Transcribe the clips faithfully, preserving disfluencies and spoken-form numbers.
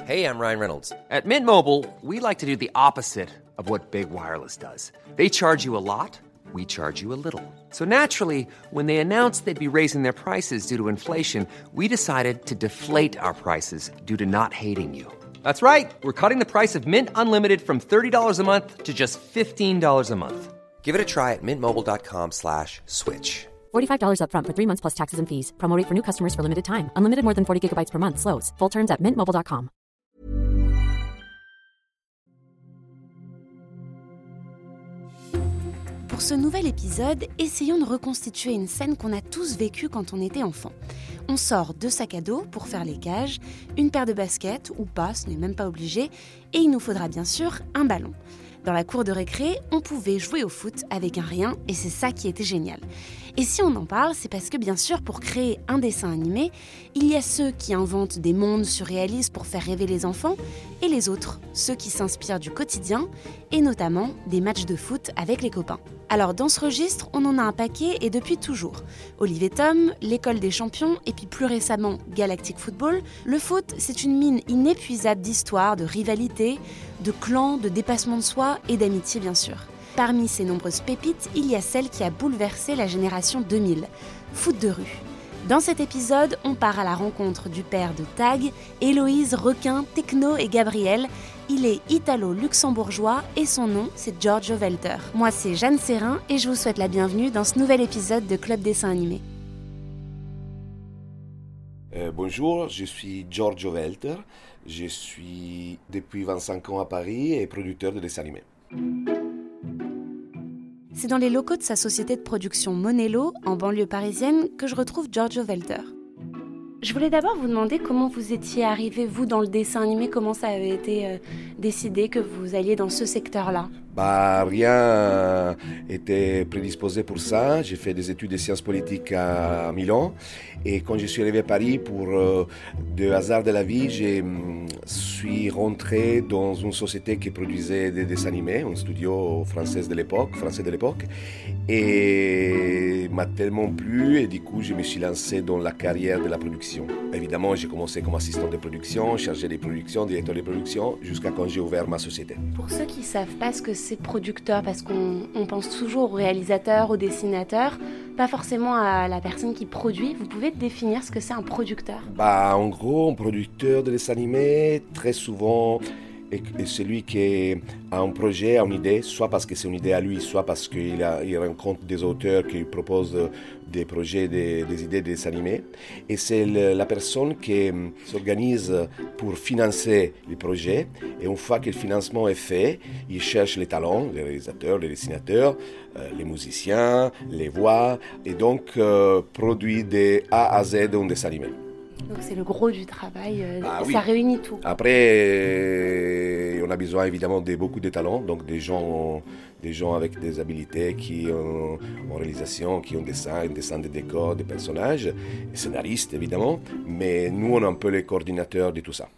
Hey, I'm Ryan Reynolds. At Mint Mobile, we like to do the opposite of what Big Wireless does. They charge you a lot, we charge you a little. So naturally, when they announced they'd be raising their prices due to inflation, we decided to deflate our prices due to not hating you. That's right. We're cutting the price of Mint Unlimited from thirty dollars a month to just fifteen dollars a month. Give it a try at mintmobile.com slash switch. forty-five dollars up front for three months plus taxes and fees. Promo rate for new customers for limited time. Unlimited more than forty gigabytes per month. Slows full terms at mint mobile dot com. Pour ce nouvel épisode, essayons de reconstituer une scène qu'on a tous vécue quand on était enfant. On sort deux sacs à dos pour faire les cages, une paire de baskets, ou pas, ce n'est même pas obligé, et il nous faudra bien sûr un ballon. Dans la cour de récré, on pouvait jouer au foot avec un rien, et c'est ça qui était génial. Et si on en parle, c'est parce que bien sûr, pour créer un dessin animé, il y a ceux qui inventent des mondes surréalistes pour faire rêver les enfants, et les autres, ceux qui s'inspirent du quotidien, et notamment des matchs de foot avec les copains. Alors dans ce registre, on en a un paquet et depuis toujours. Olive et Tom, l'école des champions et puis plus récemment Galactic Football, le foot c'est une mine inépuisable d'histoires, de rivalités, de clans, de dépassement de soi et d'amitié bien sûr. Parmi ces nombreuses pépites, il y a celle qui a bouleversé la génération deux mille, foot de rue. Dans cet épisode, on part à la rencontre du père de Tag, Héloïse, Requin, Techno et Gabriel. Il est italo-luxembourgeois et son nom, c'est Giorgio Welter. Moi, c'est Jeanne Serrin et je vous souhaite la bienvenue dans ce nouvel épisode de Club Dessin Animé. Euh, bonjour, je suis Giorgio Welter. Je suis depuis vingt-cinq ans à Paris et producteur de dessins animés. C'est dans les locaux de sa société de production Monello, en banlieue parisienne, que je retrouve Giorgio Welter. Je voulais d'abord vous demander comment vous étiez arrivé, vous, dans le dessin animé, comment ça avait été euh, décidé que vous alliez dans ce secteur-là. Bah, rien était prédisposé pour ça. J'ai fait des études de sciences politiques à Milan. Et quand je suis arrivé à Paris, pour euh, de hasard de la vie, je suis rentré dans une société qui produisait des dessins animés, un studio français de l'époque, français de l'époque. Et m'a tellement plu et du coup, je me suis lancé dans la carrière de la production. Évidemment, j'ai commencé comme assistant de production, chargé de production, directeur de production, jusqu'à quand j'ai ouvert ma société. Pour ceux qui ne savent pas ce que c'est producteur, parce qu'on on pense toujours au réalisateur, au dessinateur, pas forcément à la personne qui produit, vous pouvez définir ce que c'est un producteur? Bah, en gros, un producteur de dessin animé, très souvent, est celui qui a un projet, une idée, soit parce que c'est une idée à lui, soit parce qu'il a, il rencontre des auteurs qui lui proposent des projets, des, des idées de dessins animés. Et c'est le, la personne qui s'organise pour financer les projets. Et une fois que le financement est fait, il cherche les talents, les réalisateurs, les dessinateurs, euh, les musiciens, les voix, et donc euh, produit de A à Z un dessin animé. Donc c'est le gros du travail, euh, ah, ça oui. réunit tout. Après, on a besoin évidemment de beaucoup de talents, donc des gens, des gens avec des habiletés qui ont en réalisation, qui ont dessin, un dessin de décors, des personnages, des scénaristes évidemment, mais nous on est un peu les coordinateurs de tout ça.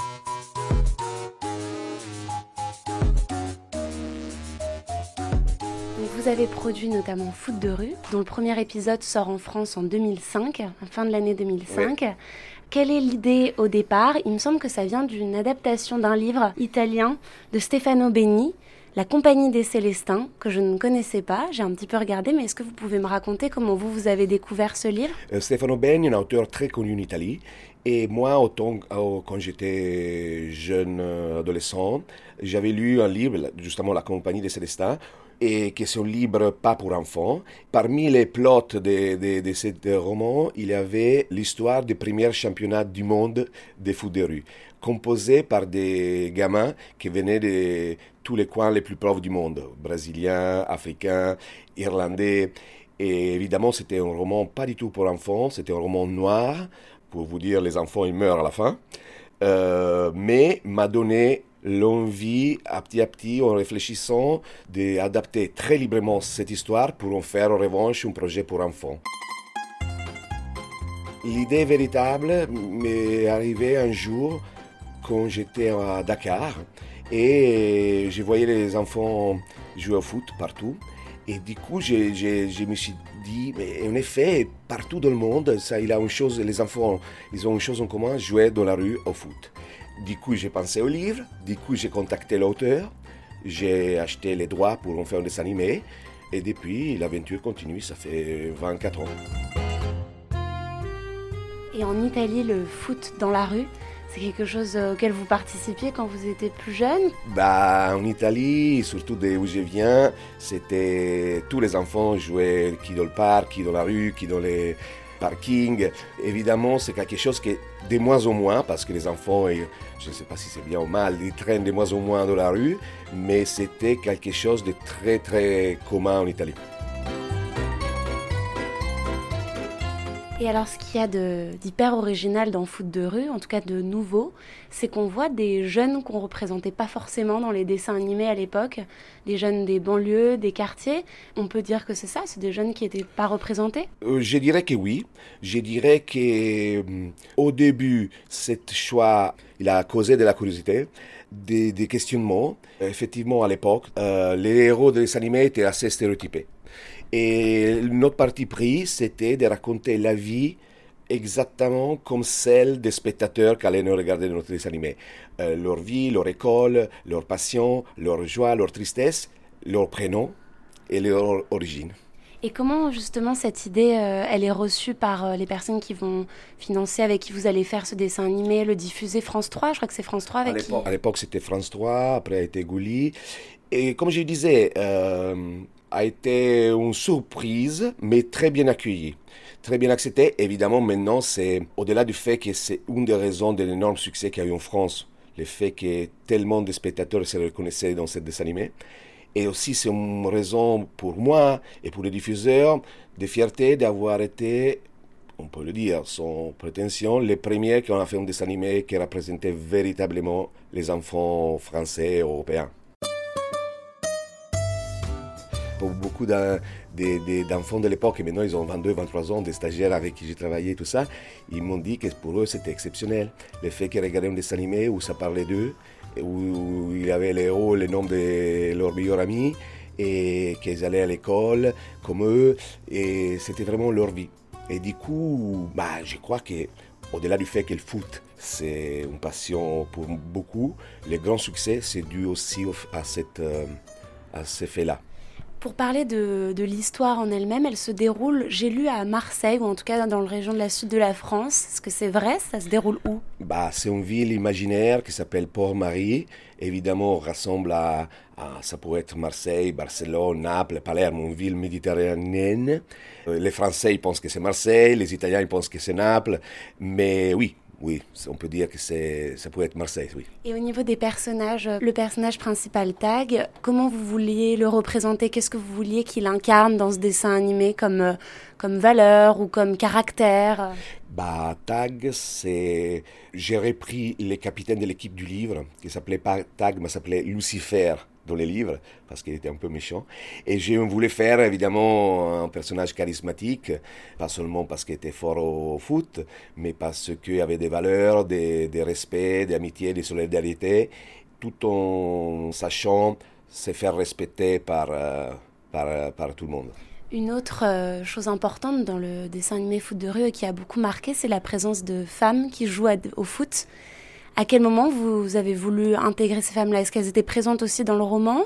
Vous avez produit notamment Foot de rue, dont le premier épisode sort en France en deux mille cinq, à la fin de l'année deux mille cinq. Oui. Quelle est l'idée au départ? Il me semble que ça vient d'une adaptation d'un livre italien de Stefano Benni, La Compagnie des Célestins, que je ne connaissais pas. J'ai un petit peu regardé, mais est-ce que vous pouvez me raconter comment vous, vous avez découvert ce livre? euh, Stefano Benni est un auteur très connu en Italie. Et moi, autant, quand j'étais jeune adolescent, j'avais lu un livre, justement La Compagnie des Célestins, et que c'est un livre pas pour enfants. Parmi les plots de, de, de ce roman, il y avait l'histoire du premier championnat du monde de foot de rue, composé par des gamins qui venaient de tous les coins les plus pauvres du monde, brésiliens, africains, irlandais. Et évidemment, c'était un roman pas du tout pour enfants, c'était un roman noir. Pour vous dire, les enfants, ils meurent à la fin. Euh, mais m'a donné l'envie, à petit à petit, en réfléchissant, d'adapter très librement cette histoire pour en faire en revanche un projet pour enfants. L'idée véritable m'est arrivée un jour quand j'étais à Dakar et je voyais les enfants jouer au foot partout. Et du coup, je, je, je me suis dit, mais en effet, partout dans le monde, ça, il a une chose, les enfants, ils ont une chose en commun, jouer dans la rue au foot. Du coup, j'ai pensé au livre, du coup, j'ai contacté l'auteur, j'ai acheté les droits pour en faire un dessin animé, et depuis, l'aventure continue, ça fait vingt-quatre ans. Et en Italie, le foot dans la rue, c'est quelque chose auquel vous participiez quand vous étiez plus jeune? Bah, en Italie, surtout d'où je viens, c'était tous les enfants jouaient qui dans le parc, qui dans la rue, qui dans les parkings. Évidemment, c'est quelque chose qui est de moins en moins, parce que les enfants, je ne sais pas si c'est bien ou mal, ils traînent de moins en moins dans la rue, mais c'était quelque chose de très très commun en Italie. Et alors, ce qu'il y a de, d'hyper original dans Foot de rue, en tout cas de nouveau, c'est qu'on voit des jeunes qu'on ne représentait pas forcément dans les dessins animés à l'époque, des jeunes des banlieues, des quartiers. On peut dire que c'est ça, c'est des jeunes qui n'étaient pas représentés? euh, Je dirais que oui. Je dirais qu'au début, ce choix, il a causé de la curiosité, des, des questionnements. Effectivement, à l'époque, euh, les héros des animés étaient assez stéréotypés. Et notre parti pris, c'était de raconter la vie exactement comme celle des spectateurs qui allaient nous regarder notre dessin animé. Euh, leur vie, leur école, leur passion, leur joie, leur tristesse, leur prénom et leur origine. Et comment justement cette idée, euh, elle est reçue par euh, les personnes qui vont financer, avec qui vous allez faire ce dessin animé, le diffuser? France trois, je crois que c'est France trois avec à l'époque, qui... à l'époque, c'était France trois, après a été Gulli. Et comme je disais, euh, a été une surprise, mais très bien accueillie, très bien acceptée. Évidemment, maintenant, c'est au-delà du fait que c'est une des raisons de l'énorme succès qu'il y a eu en France, le fait que tellement de spectateurs se reconnaissaient dans ce dessin animé. Et aussi, c'est une raison pour moi et pour les diffuseurs de fierté d'avoir été, on peut le dire sans prétention, les premiers qui ont fait un dessin animé qui représentait véritablement les enfants français et européens. Pour beaucoup d'un, des, des, d'enfants de l'époque, et maintenant ils ont vingt-deux, vingt-trois ans, des stagiaires avec qui j'ai travaillé, tout ça, ils m'ont dit que pour eux c'était exceptionnel. Le fait qu'ils regardaient un dessin animé où ça parlait d'eux, où il y avait les héros, les noms de leurs meilleurs amis, et qu'ils allaient à l'école comme eux, et c'était vraiment leur vie. Et du coup, bah, je crois que au-delà du fait que le foot, c'est une passion pour beaucoup, le grand succès, c'est dû aussi à, cette, à ce fait-là. Pour parler de, de l'histoire en elle-même, elle se déroule, j'ai lu, à Marseille, ou en tout cas dans la région de la sud de la France. Est-ce que c'est vrai? Ça se déroule où? Bah, c'est une ville imaginaire qui s'appelle Port-Marie. Évidemment, on rassemble à, à, ça pourrait être Marseille, Barcelone, Naples, Palerme, une ville méditerranéenne. Les Français ils pensent que c'est Marseille, les Italiens ils pensent que c'est Naples, mais oui. Oui, on peut dire que c'est, ça pourrait être Marseille, oui. Et au niveau des personnages, le personnage principal, Tag, comment vous vouliez le représenter? Qu'est-ce que vous vouliez qu'il incarne dans ce dessin animé comme, comme valeur ou comme caractère? Bah, Tag, c'est... J'ai repris les capitaines de l'équipe du livre, qui s'appelait pas Tag, mais s'appelait Lucifer dans les livres, parce qu'il était un peu méchant. Et je voulais faire évidemment un personnage charismatique, pas seulement parce qu'il était fort au foot, mais parce qu'il avait des valeurs, des, des respects, des amitiés, des solidarités, tout en sachant se faire respecter par, par, par tout le monde. Une autre euh, chose importante dans le dessin animé Foot de rue qui a beaucoup marqué, c'est la présence de femmes qui jouent à, au foot. À quel moment vous avez voulu intégrer ces femmes-là? Est-ce qu'elles étaient présentes aussi dans le roman?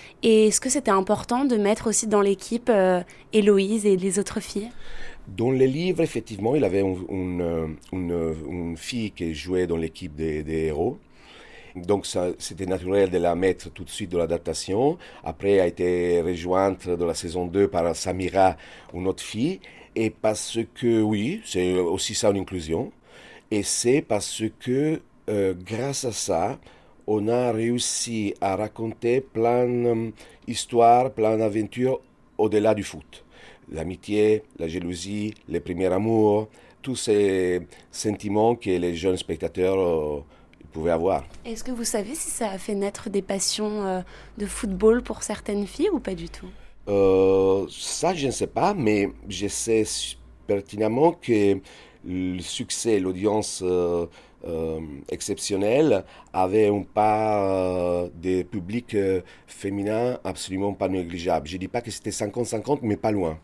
Et est-ce que c'était important de mettre aussi dans l'équipe euh, Héloïse et les autres filles? Dans les livres, effectivement, il y avait une, une, une, une fille qui jouait dans l'équipe des, des héros. Donc ça, c'était naturel de la mettre tout de suite dans l'adaptation. Après, elle a été rejointe dans la saison deux par Samira, une autre fille. Et parce que, oui, c'est aussi ça une inclusion. Et c'est parce que, euh, grâce à ça, on a réussi à raconter plein d'histoires, plein d'aventures au-delà du foot. L'amitié, la jalousie, les premiers amours, tous ces sentiments que les jeunes spectateurs euh, pouvaient avoir. Est-ce que vous savez si ça a fait naître des passions euh, de football pour certaines filles ou pas du tout? euh, Ça, je ne sais pas, mais je sais pertinemment que le succès, l'audience euh, euh, exceptionnelle avait un part euh, de public euh, féminin absolument pas négligeable. Je ne dis pas que c'était cinquante cinquante, mais pas loin.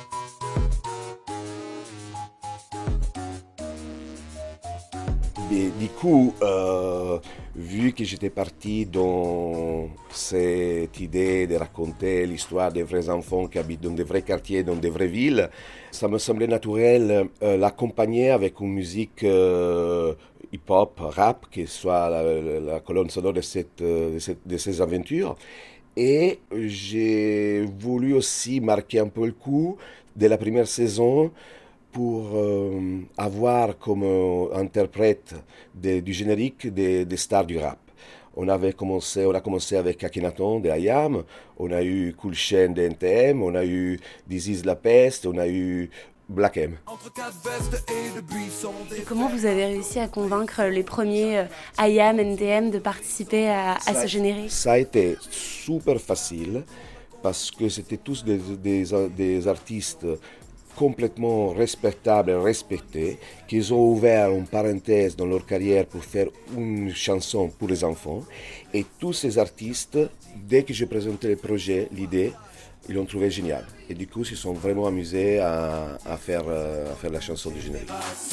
Mais Du coup, euh, vu que j'étais parti dans cette idée de raconter l'histoire des vrais enfants qui habitent dans des vrais quartiers, dans des vraies villes, ça me semblait naturel euh, l'accompagner avec une musique euh, hip-hop, rap, qui soit la, la, la colonne sonore de, cette, de, cette, de ces aventures. Et j'ai voulu aussi marquer un peu le coup de la première saison pour euh, avoir comme euh, interprète de, du générique des, des stars du rap. On, avait commencé, on a commencé avec Akhenaton de I A M, on a eu Cool Chain de N T M, on a eu This Is La Peste, on a eu Black M. Et comment vous avez réussi à convaincre les premiers euh, I A M, N T M de participer à, à ça, ce générique? Ça a été super facile parce que c'était tous des, des, des artistes complètement respectables et respectés, qu'ils ont ouvert une parenthèse dans leur carrière pour faire une chanson pour les enfants. Et tous ces artistes, dès que j'ai présenté le projet, l'idée, ils l'ont trouvé génial. Et du coup, ils se sont vraiment amusés à, à, faire, à faire la chanson du générique.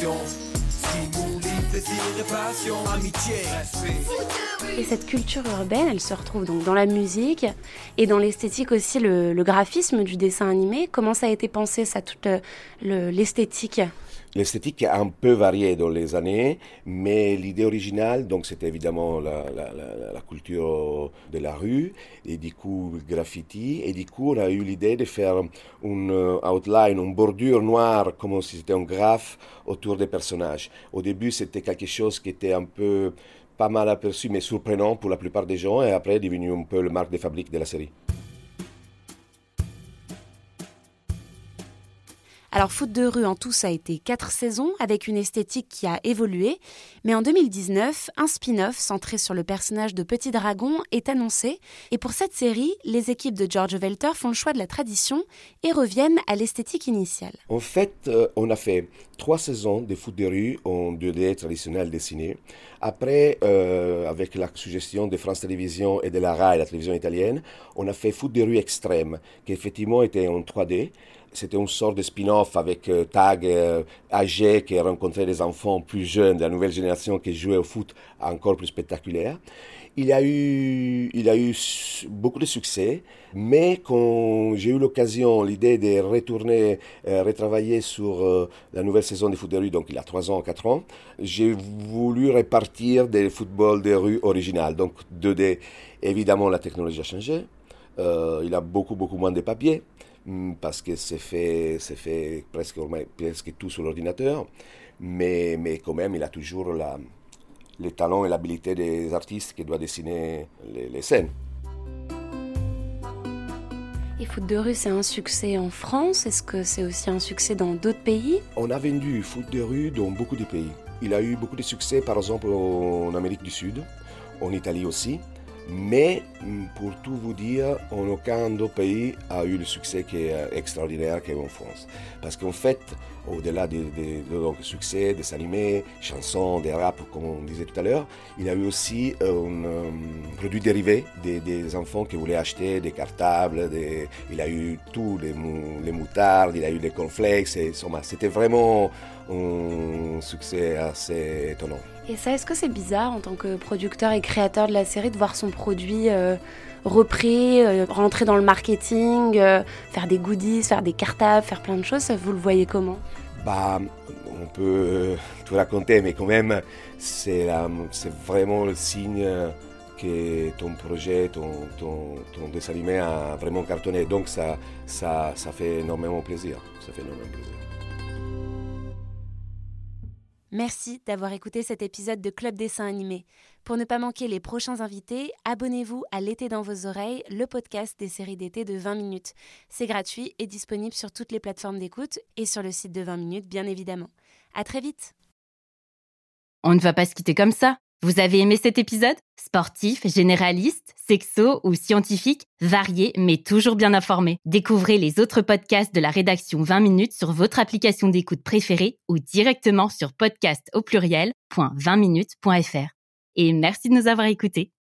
Et cette culture urbaine, elle se retrouve donc dans la musique et dans l'esthétique aussi, le, le graphisme du dessin animé. Comment ça a été pensé, ça, toute le, le, l'esthétique? L'esthétique a un peu varié dans les années, mais l'idée originale, donc, c'était évidemment la, la, la, la culture de la rue, et du coup, le graffiti. Et du coup, on a eu l'idée de faire une outline, une bordure noire, comme si c'était un graphe autour des personnages. Au début, c'était quelque chose qui était un peu pas mal aperçu, mais surprenant pour la plupart des gens, et après, est devenu un peu le marque de fabrique de la série. Alors, Foot de rue, en tout, ça a été quatre saisons avec une esthétique qui a évolué. Mais en deux mille dix-neuf, un spin-off centré sur le personnage de Petit Dragon est annoncé. Et pour cette série, les équipes de George Welter font le choix de la tradition et reviennent à l'esthétique initiale. En fait, euh, on a fait trois saisons de Foot de rue en deux D traditionnel dessiné. Après, euh, avec la suggestion de France Télévisions et de la Rai, la télévision italienne, on a fait Foot de rue extrême, qui effectivement était en trois D. C'était une sorte de spin-off avec euh, Tag euh, âgé qui rencontrait des enfants plus jeunes de la nouvelle génération qui jouaient au foot encore plus spectaculaire. Il a eu, il a eu beaucoup de succès, mais quand j'ai eu l'occasion, l'idée de retourner, euh, retravailler sur euh, la nouvelle saison de foot de rue, donc il y a trois ans, quatre ans, j'ai voulu repartir des football de rue original, donc deux D. Évidemment, la technologie a changé, euh, il a beaucoup, beaucoup moins de papier, parce que c'est fait, c'est fait presque, presque tout sur l'ordinateur, mais, mais quand même, il a toujours la, les talents et l'habilité des artistes qui doivent dessiner les, les scènes. Et Foot de rue, c'est un succès en France? Est-ce que c'est aussi un succès dans d'autres pays? On a vendu Foot de rue dans beaucoup de pays. Il a eu beaucoup de succès, par exemple, en Amérique du Sud, en Italie aussi. Mais pour tout vous dire, en aucun autre pays a eu le succès qui est extraordinaire qu'en France. Parce qu'en fait, au-delà des de, de, de succès, des animés, chansons, des rap, comme on disait tout à l'heure, il a eu aussi un euh, produit dérivé des, des enfants qui voulaient acheter des cartables, des, il a eu tout, les, les moutardes, il a eu les cornflakes, et, c'était vraiment un succès assez étonnant. Et ça, est-ce que c'est bizarre en tant que producteur et créateur de la série de voir son produit euh, repris, euh, rentrer dans le marketing, euh, faire des goodies, faire des cartables, faire plein de choses? Vous le voyez comment? Bah, on peut tout raconter, mais quand même, c'est, la, c'est vraiment le signe que ton projet, ton, ton, ton dessin animé a vraiment cartonné. Donc ça, ça, ça fait énormément plaisir. Ça fait énormément plaisir. Merci d'avoir écouté cet épisode de Club Dessin Animé. Pour ne pas manquer les prochains invités, abonnez-vous à L'été dans vos oreilles, le podcast des séries d'été de vingt minutes. C'est gratuit et disponible sur toutes les plateformes d'écoute et sur le site de vingt minutes, bien évidemment. À très vite. On ne va pas se quitter comme ça. Vous avez aimé cet épisode? Sportif, généraliste, sexo ou scientifique, varié mais toujours bien informé. Découvrez les autres podcasts de la rédaction vingt minutes sur votre application d'écoute préférée ou directement sur podcast au pluriel point vingt minutes point f r. Et merci de nous avoir écoutés.